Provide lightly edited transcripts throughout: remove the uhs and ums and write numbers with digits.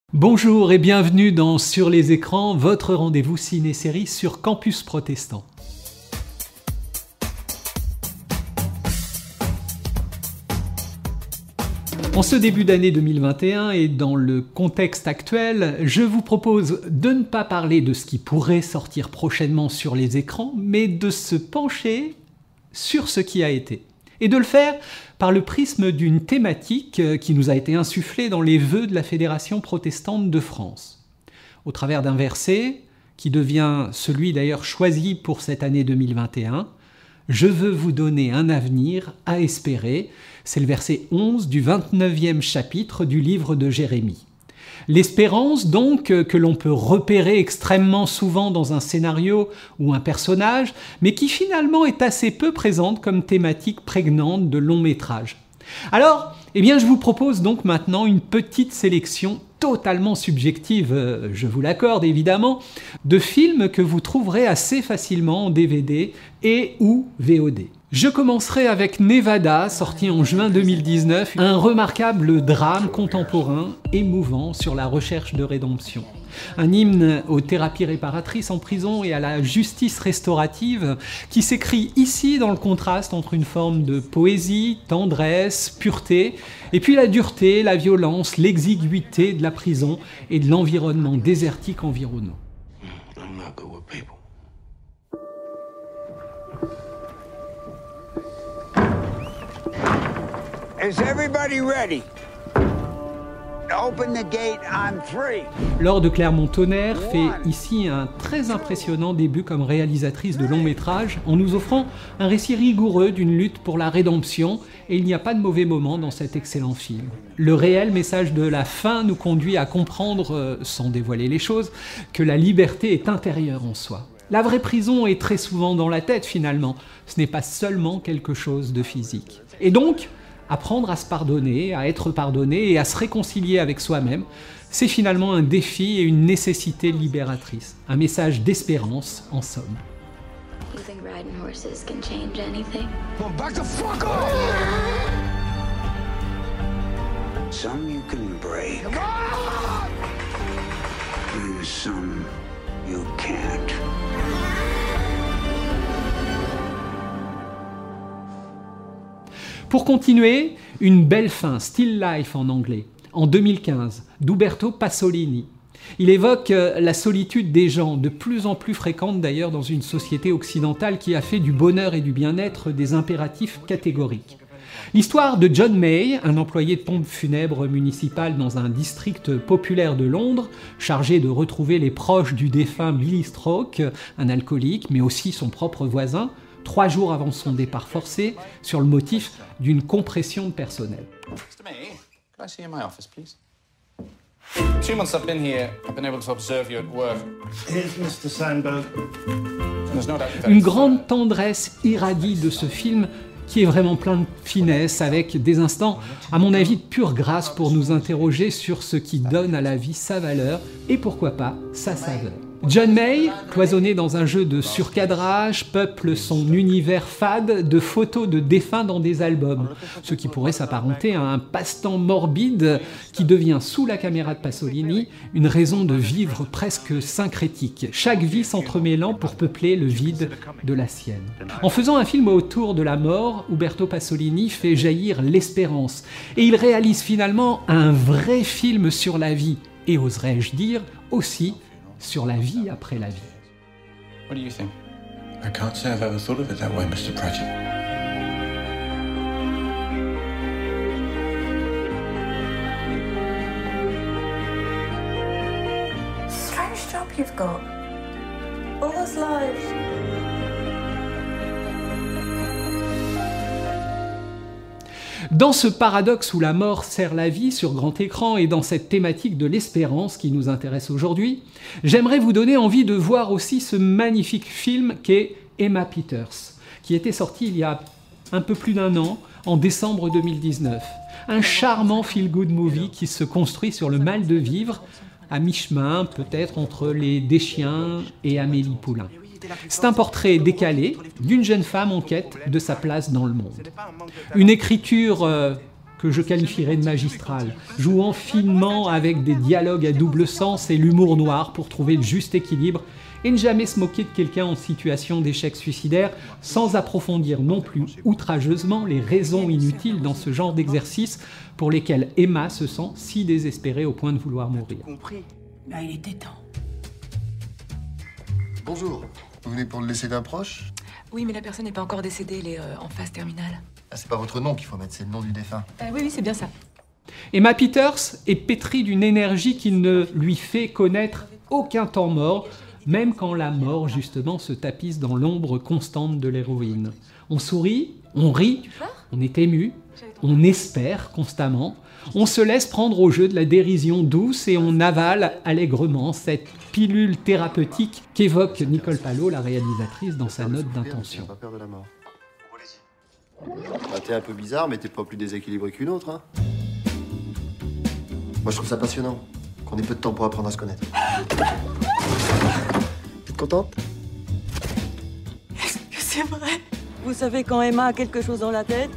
Bonjour et bienvenue dans Sur les écrans, votre rendez-vous ciné-série sur Campus Protestant. En ce début d'année 2021 et dans le contexte actuel, je vous propose de ne pas parler de ce qui pourrait sortir prochainement sur les écrans, mais de se pencher sur ce qui a été. Et de le faire par le prisme d'une thématique qui nous a été insufflée dans les vœux de la Fédération protestante de France. Au travers d'un verset, qui devient celui d'ailleurs choisi pour cette année 2021, « Je veux vous donner un avenir à espérer », c'est le verset 11 du 29e chapitre du livre de Jérémie. L'espérance donc que l'on peut repérer extrêmement souvent dans un scénario ou un personnage, mais qui finalement est assez peu présente comme thématique prégnante de long métrage. Alors, je vous propose donc maintenant une petite sélection totalement subjective, je vous l'accorde évidemment, de films que vous trouverez assez facilement en DVD et ou VOD. Je commencerai avec Nevada, sorti en juin 2019, un remarquable drame contemporain émouvant sur la recherche de rédemption. Un hymne aux thérapies réparatrices en prison et à la justice restaurative qui s'écrit ici dans le contraste entre une forme de poésie, tendresse, pureté, et puis la dureté, la violence, l'exiguïté de la prison et de l'environnement désertique environnant. Is everybody ready? Open the gate, I'm free. Laure de Clermont-Tonnerre fait ici un très impressionnant début comme réalisatrice de long métrage en nous offrant un récit rigoureux d'une lutte pour la rédemption, et il n'y a pas de mauvais moment dans cet excellent film. Le réel message de la fin nous conduit à comprendre, sans dévoiler les choses, que la liberté est intérieure en soi. La vraie prison est très souvent dans la tête finalement, ce n'est pas seulement quelque chose de physique. Et donc, apprendre à se pardonner, à être pardonné et à se réconcilier avec soi-même, c'est finalement un défi et une nécessité libératrice. Un message d'espérance, en somme. You think riding horses can change anything? Well, back the fuck off! Some you can break. And some you can't. Pour continuer, une belle fin, Still Life en anglais, en 2015, d'Uberto Pasolini. Il évoque la solitude des gens, de plus en plus fréquente d'ailleurs dans une société occidentale qui a fait du bonheur et du bien-être des impératifs catégoriques. L'histoire de John May, un employé de pompe funèbre municipale dans un district populaire de Londres, chargé de retrouver les proches du défunt Billy Stroke, un alcoolique, mais aussi son propre voisin, 3 jours avant son départ forcé, sur le motif d'une compression de personnel. Mr. May, can I see you in my office, please? 2 months I've been here, I've been able to observe you at work. Here's Mr. Sandberg. There's no doubt you're very Une grande tendresse irradie de ce film qui est vraiment plein de finesse, avec des instants, à mon avis, de pure grâce pour nous interroger sur ce qui donne à la vie sa valeur et pourquoi pas sa saveur. John May, cloisonné dans un jeu de surcadrage, peuple son univers fade de photos de défunts dans des albums, ce qui pourrait s'apparenter à un passe-temps morbide qui devient, sous la caméra de Pasolini, une raison de vivre presque syncrétique, chaque vie s'entremêlant pour peupler le vide de la sienne. En faisant un film autour de la mort, Uberto Pasolini fait jaillir l'espérance, et il réalise finalement un vrai film sur la vie, et oserais-je dire aussi sur la vie après la vie. What do you think? I can't say I've ever thought of it that way, Mr. Pratchett. Strange job you've got. All those lives. Dans ce paradoxe où la mort sert la vie sur grand écran et dans cette thématique de l'espérance qui nous intéresse aujourd'hui, j'aimerais vous donner envie de voir aussi ce magnifique film qu'est Emma Peters, qui était sorti il y a un peu plus d'1 an, en décembre 2019. Un charmant feel-good movie qui se construit sur le mal de vivre, à mi-chemin peut-être entre Les Deschiens et Amélie Poulain. C'est un portrait décalé d'une jeune femme en quête de sa place dans le monde. Une écriture que je qualifierais de magistral, jouant finement avec des dialogues à double sens et l'humour noir pour trouver le juste équilibre et ne jamais se moquer de quelqu'un en situation d'échec suicidaire sans approfondir non plus outrageusement les raisons inutiles dans ce genre d'exercice pour lesquels Emma se sent si désespérée au point de vouloir mourir. Compris. Là, il était temps. Bonjour. Vous venez pour le décès d'un proche? Oui, mais la personne n'est pas encore décédée, elle est en phase terminale. Ah, c'est pas votre nom qu'il faut mettre, c'est le nom du défunt. Oui, c'est bien ça. Emma Peters est pétrie d'une énergie qui ne lui fait connaître aucun temps mort, même quand la mort, justement, se tapisse dans l'ombre constante de l'héroïne. On sourit, on rit, on est ému, on espère constamment, on se laisse prendre au jeu de la dérision douce et on avale allègrement cette pilule thérapeutique qu'évoque Nicole Pallo, la réalisatrice, dans sa note d'intention. Pas peur de la mort. Bah, t'es un peu bizarre, mais t'es pas plus déséquilibré qu'une autre, hein. Moi, je trouve ça passionnant, qu'on ait peu de temps pour apprendre à se connaître. T'es contente? Est-ce que c'est vrai? Vous savez quand Emma a quelque chose dans la tête?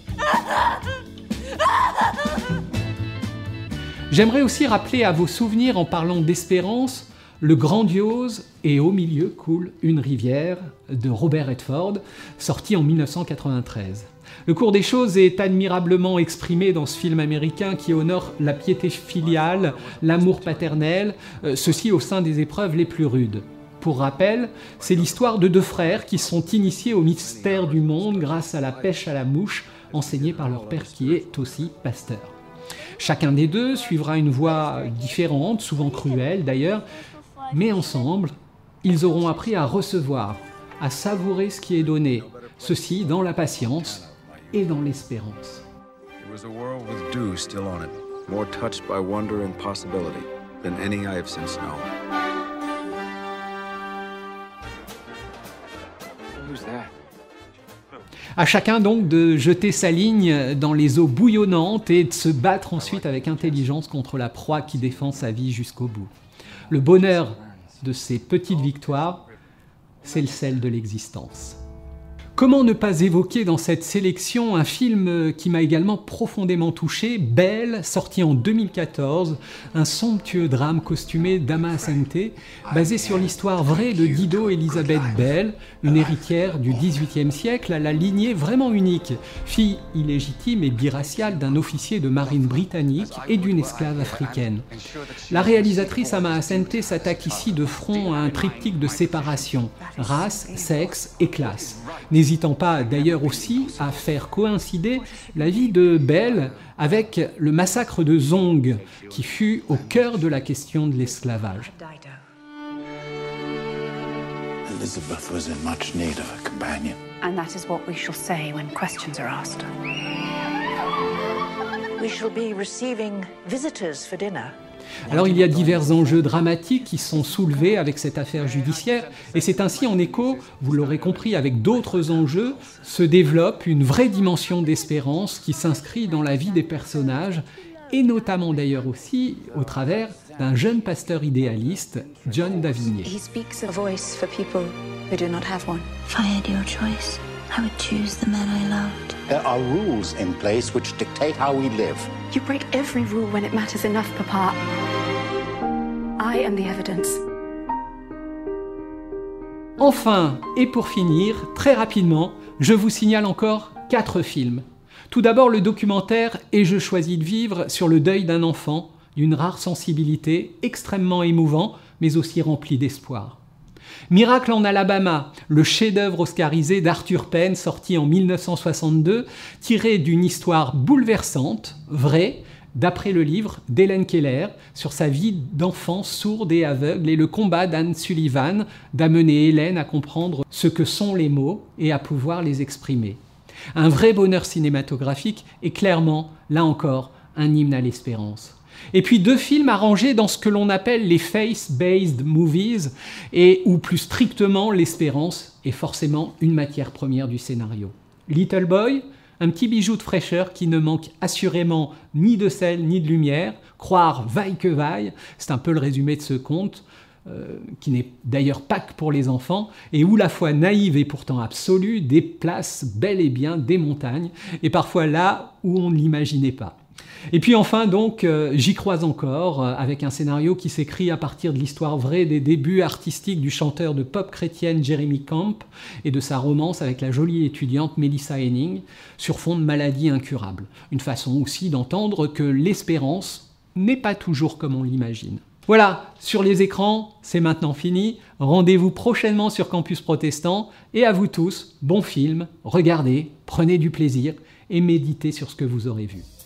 J'aimerais aussi rappeler à vos souvenirs, en parlant d'espérance, le grandiose et au milieu coule une rivière de Robert Redford, sorti en 1993. Le cours des choses est admirablement exprimé dans ce film américain qui honore la piété filiale, l'amour paternel, ceci au sein des épreuves les plus rudes. Pour rappel, c'est l'histoire de deux frères qui sont initiés au mystère du monde grâce à la pêche à la mouche, enseignée par leur père qui est aussi pasteur. Chacun des deux suivra une voie différente, souvent cruelle d'ailleurs, mais ensemble, ils auront appris à recevoir, à savourer ce qui est donné, ceci dans la patience et dans l'espérance. It was a world with dew still on it, more touched by wonder and possibility than any I have since known. Who's that? À chacun donc de jeter sa ligne dans les eaux bouillonnantes et de se battre ensuite avec intelligence contre la proie qui défend sa vie jusqu'au bout. Le bonheur de ces petites victoires, c'est le sel de l'existence. Comment ne pas évoquer dans cette sélection un film qui m'a également profondément touché, Belle, sorti en 2014, un somptueux drame costumé d'Ama Asante, basé sur l'histoire vraie de Dido Elizabeth Bell, une héritière du XVIIIe siècle à la lignée vraiment unique, fille illégitime et biraciale d'un officier de marine britannique et d'une esclave africaine. La réalisatrice Ama Asante s'attaque ici de front à un triptyque de séparation, race, sexe et classe. N'hésitant pas d'ailleurs aussi à faire coïncider la vie de Belle avec le massacre de Zong, qui fut au cœur de la question de l'esclavage. Elizabeth was in much need of a companion. And that is what we shall say when questions are asked. We shall be receiving visitors for dinner. Alors il y a divers enjeux dramatiques qui sont soulevés avec cette affaire judiciaire et c'est ainsi en écho, vous l'aurez compris, avec d'autres enjeux, se développe une vraie dimension d'espérance qui s'inscrit dans la vie des personnages et notamment d'ailleurs aussi au travers d'un jeune pasteur idéaliste, John Davinier. He speaks a voice for people who do not have one. If I had your choice, I would choose the man I loved. There are rules in place which dictate how we live. You break every rule when it matters enough, Papa. I am the evidence. Enfin, et pour finir, très rapidement, je vous signale encore 4 films. Tout d'abord le documentaire « Et je choisis de vivre » sur le deuil d'un enfant, d'une rare sensibilité, extrêmement émouvant, mais aussi rempli d'espoir. Miracle en Alabama, le chef-d'œuvre oscarisé d'Arthur Penn, sorti en 1962, tiré d'une histoire bouleversante, vraie, d'après le livre d'Helen Keller, sur sa vie d'enfant sourde et aveugle et le combat d'Anne Sullivan d'amener Hélène à comprendre ce que sont les mots et à pouvoir les exprimer. Un vrai bonheur cinématographique et clairement, là encore, un hymne à l'espérance. Et puis 2 films arrangés dans ce que l'on appelle les face-based movies, et où plus strictement l'espérance est forcément une matière première du scénario. Little Boy, un petit bijou de fraîcheur qui ne manque assurément ni de sel ni de lumière, croire vaille que vaille, c'est un peu le résumé de ce conte. qui n'est d'ailleurs pas que pour les enfants, et où la foi naïve et pourtant absolue déplace bel et bien des montagnes, et parfois là où on ne l'imaginait pas. Et puis enfin donc, J'y crois encore, avec un scénario qui s'écrit à partir de l'histoire vraie des débuts artistiques du chanteur de pop chrétienne Jeremy Camp et de sa romance avec la jolie étudiante Melissa Henning, sur fond de maladie incurable. Une façon aussi d'entendre que l'espérance n'est pas toujours comme on l'imagine. Voilà, sur les écrans, c'est maintenant fini. Rendez-vous prochainement sur Campus Protestant, et à vous tous, bon film, regardez, prenez du plaisir et méditez sur ce que vous aurez vu.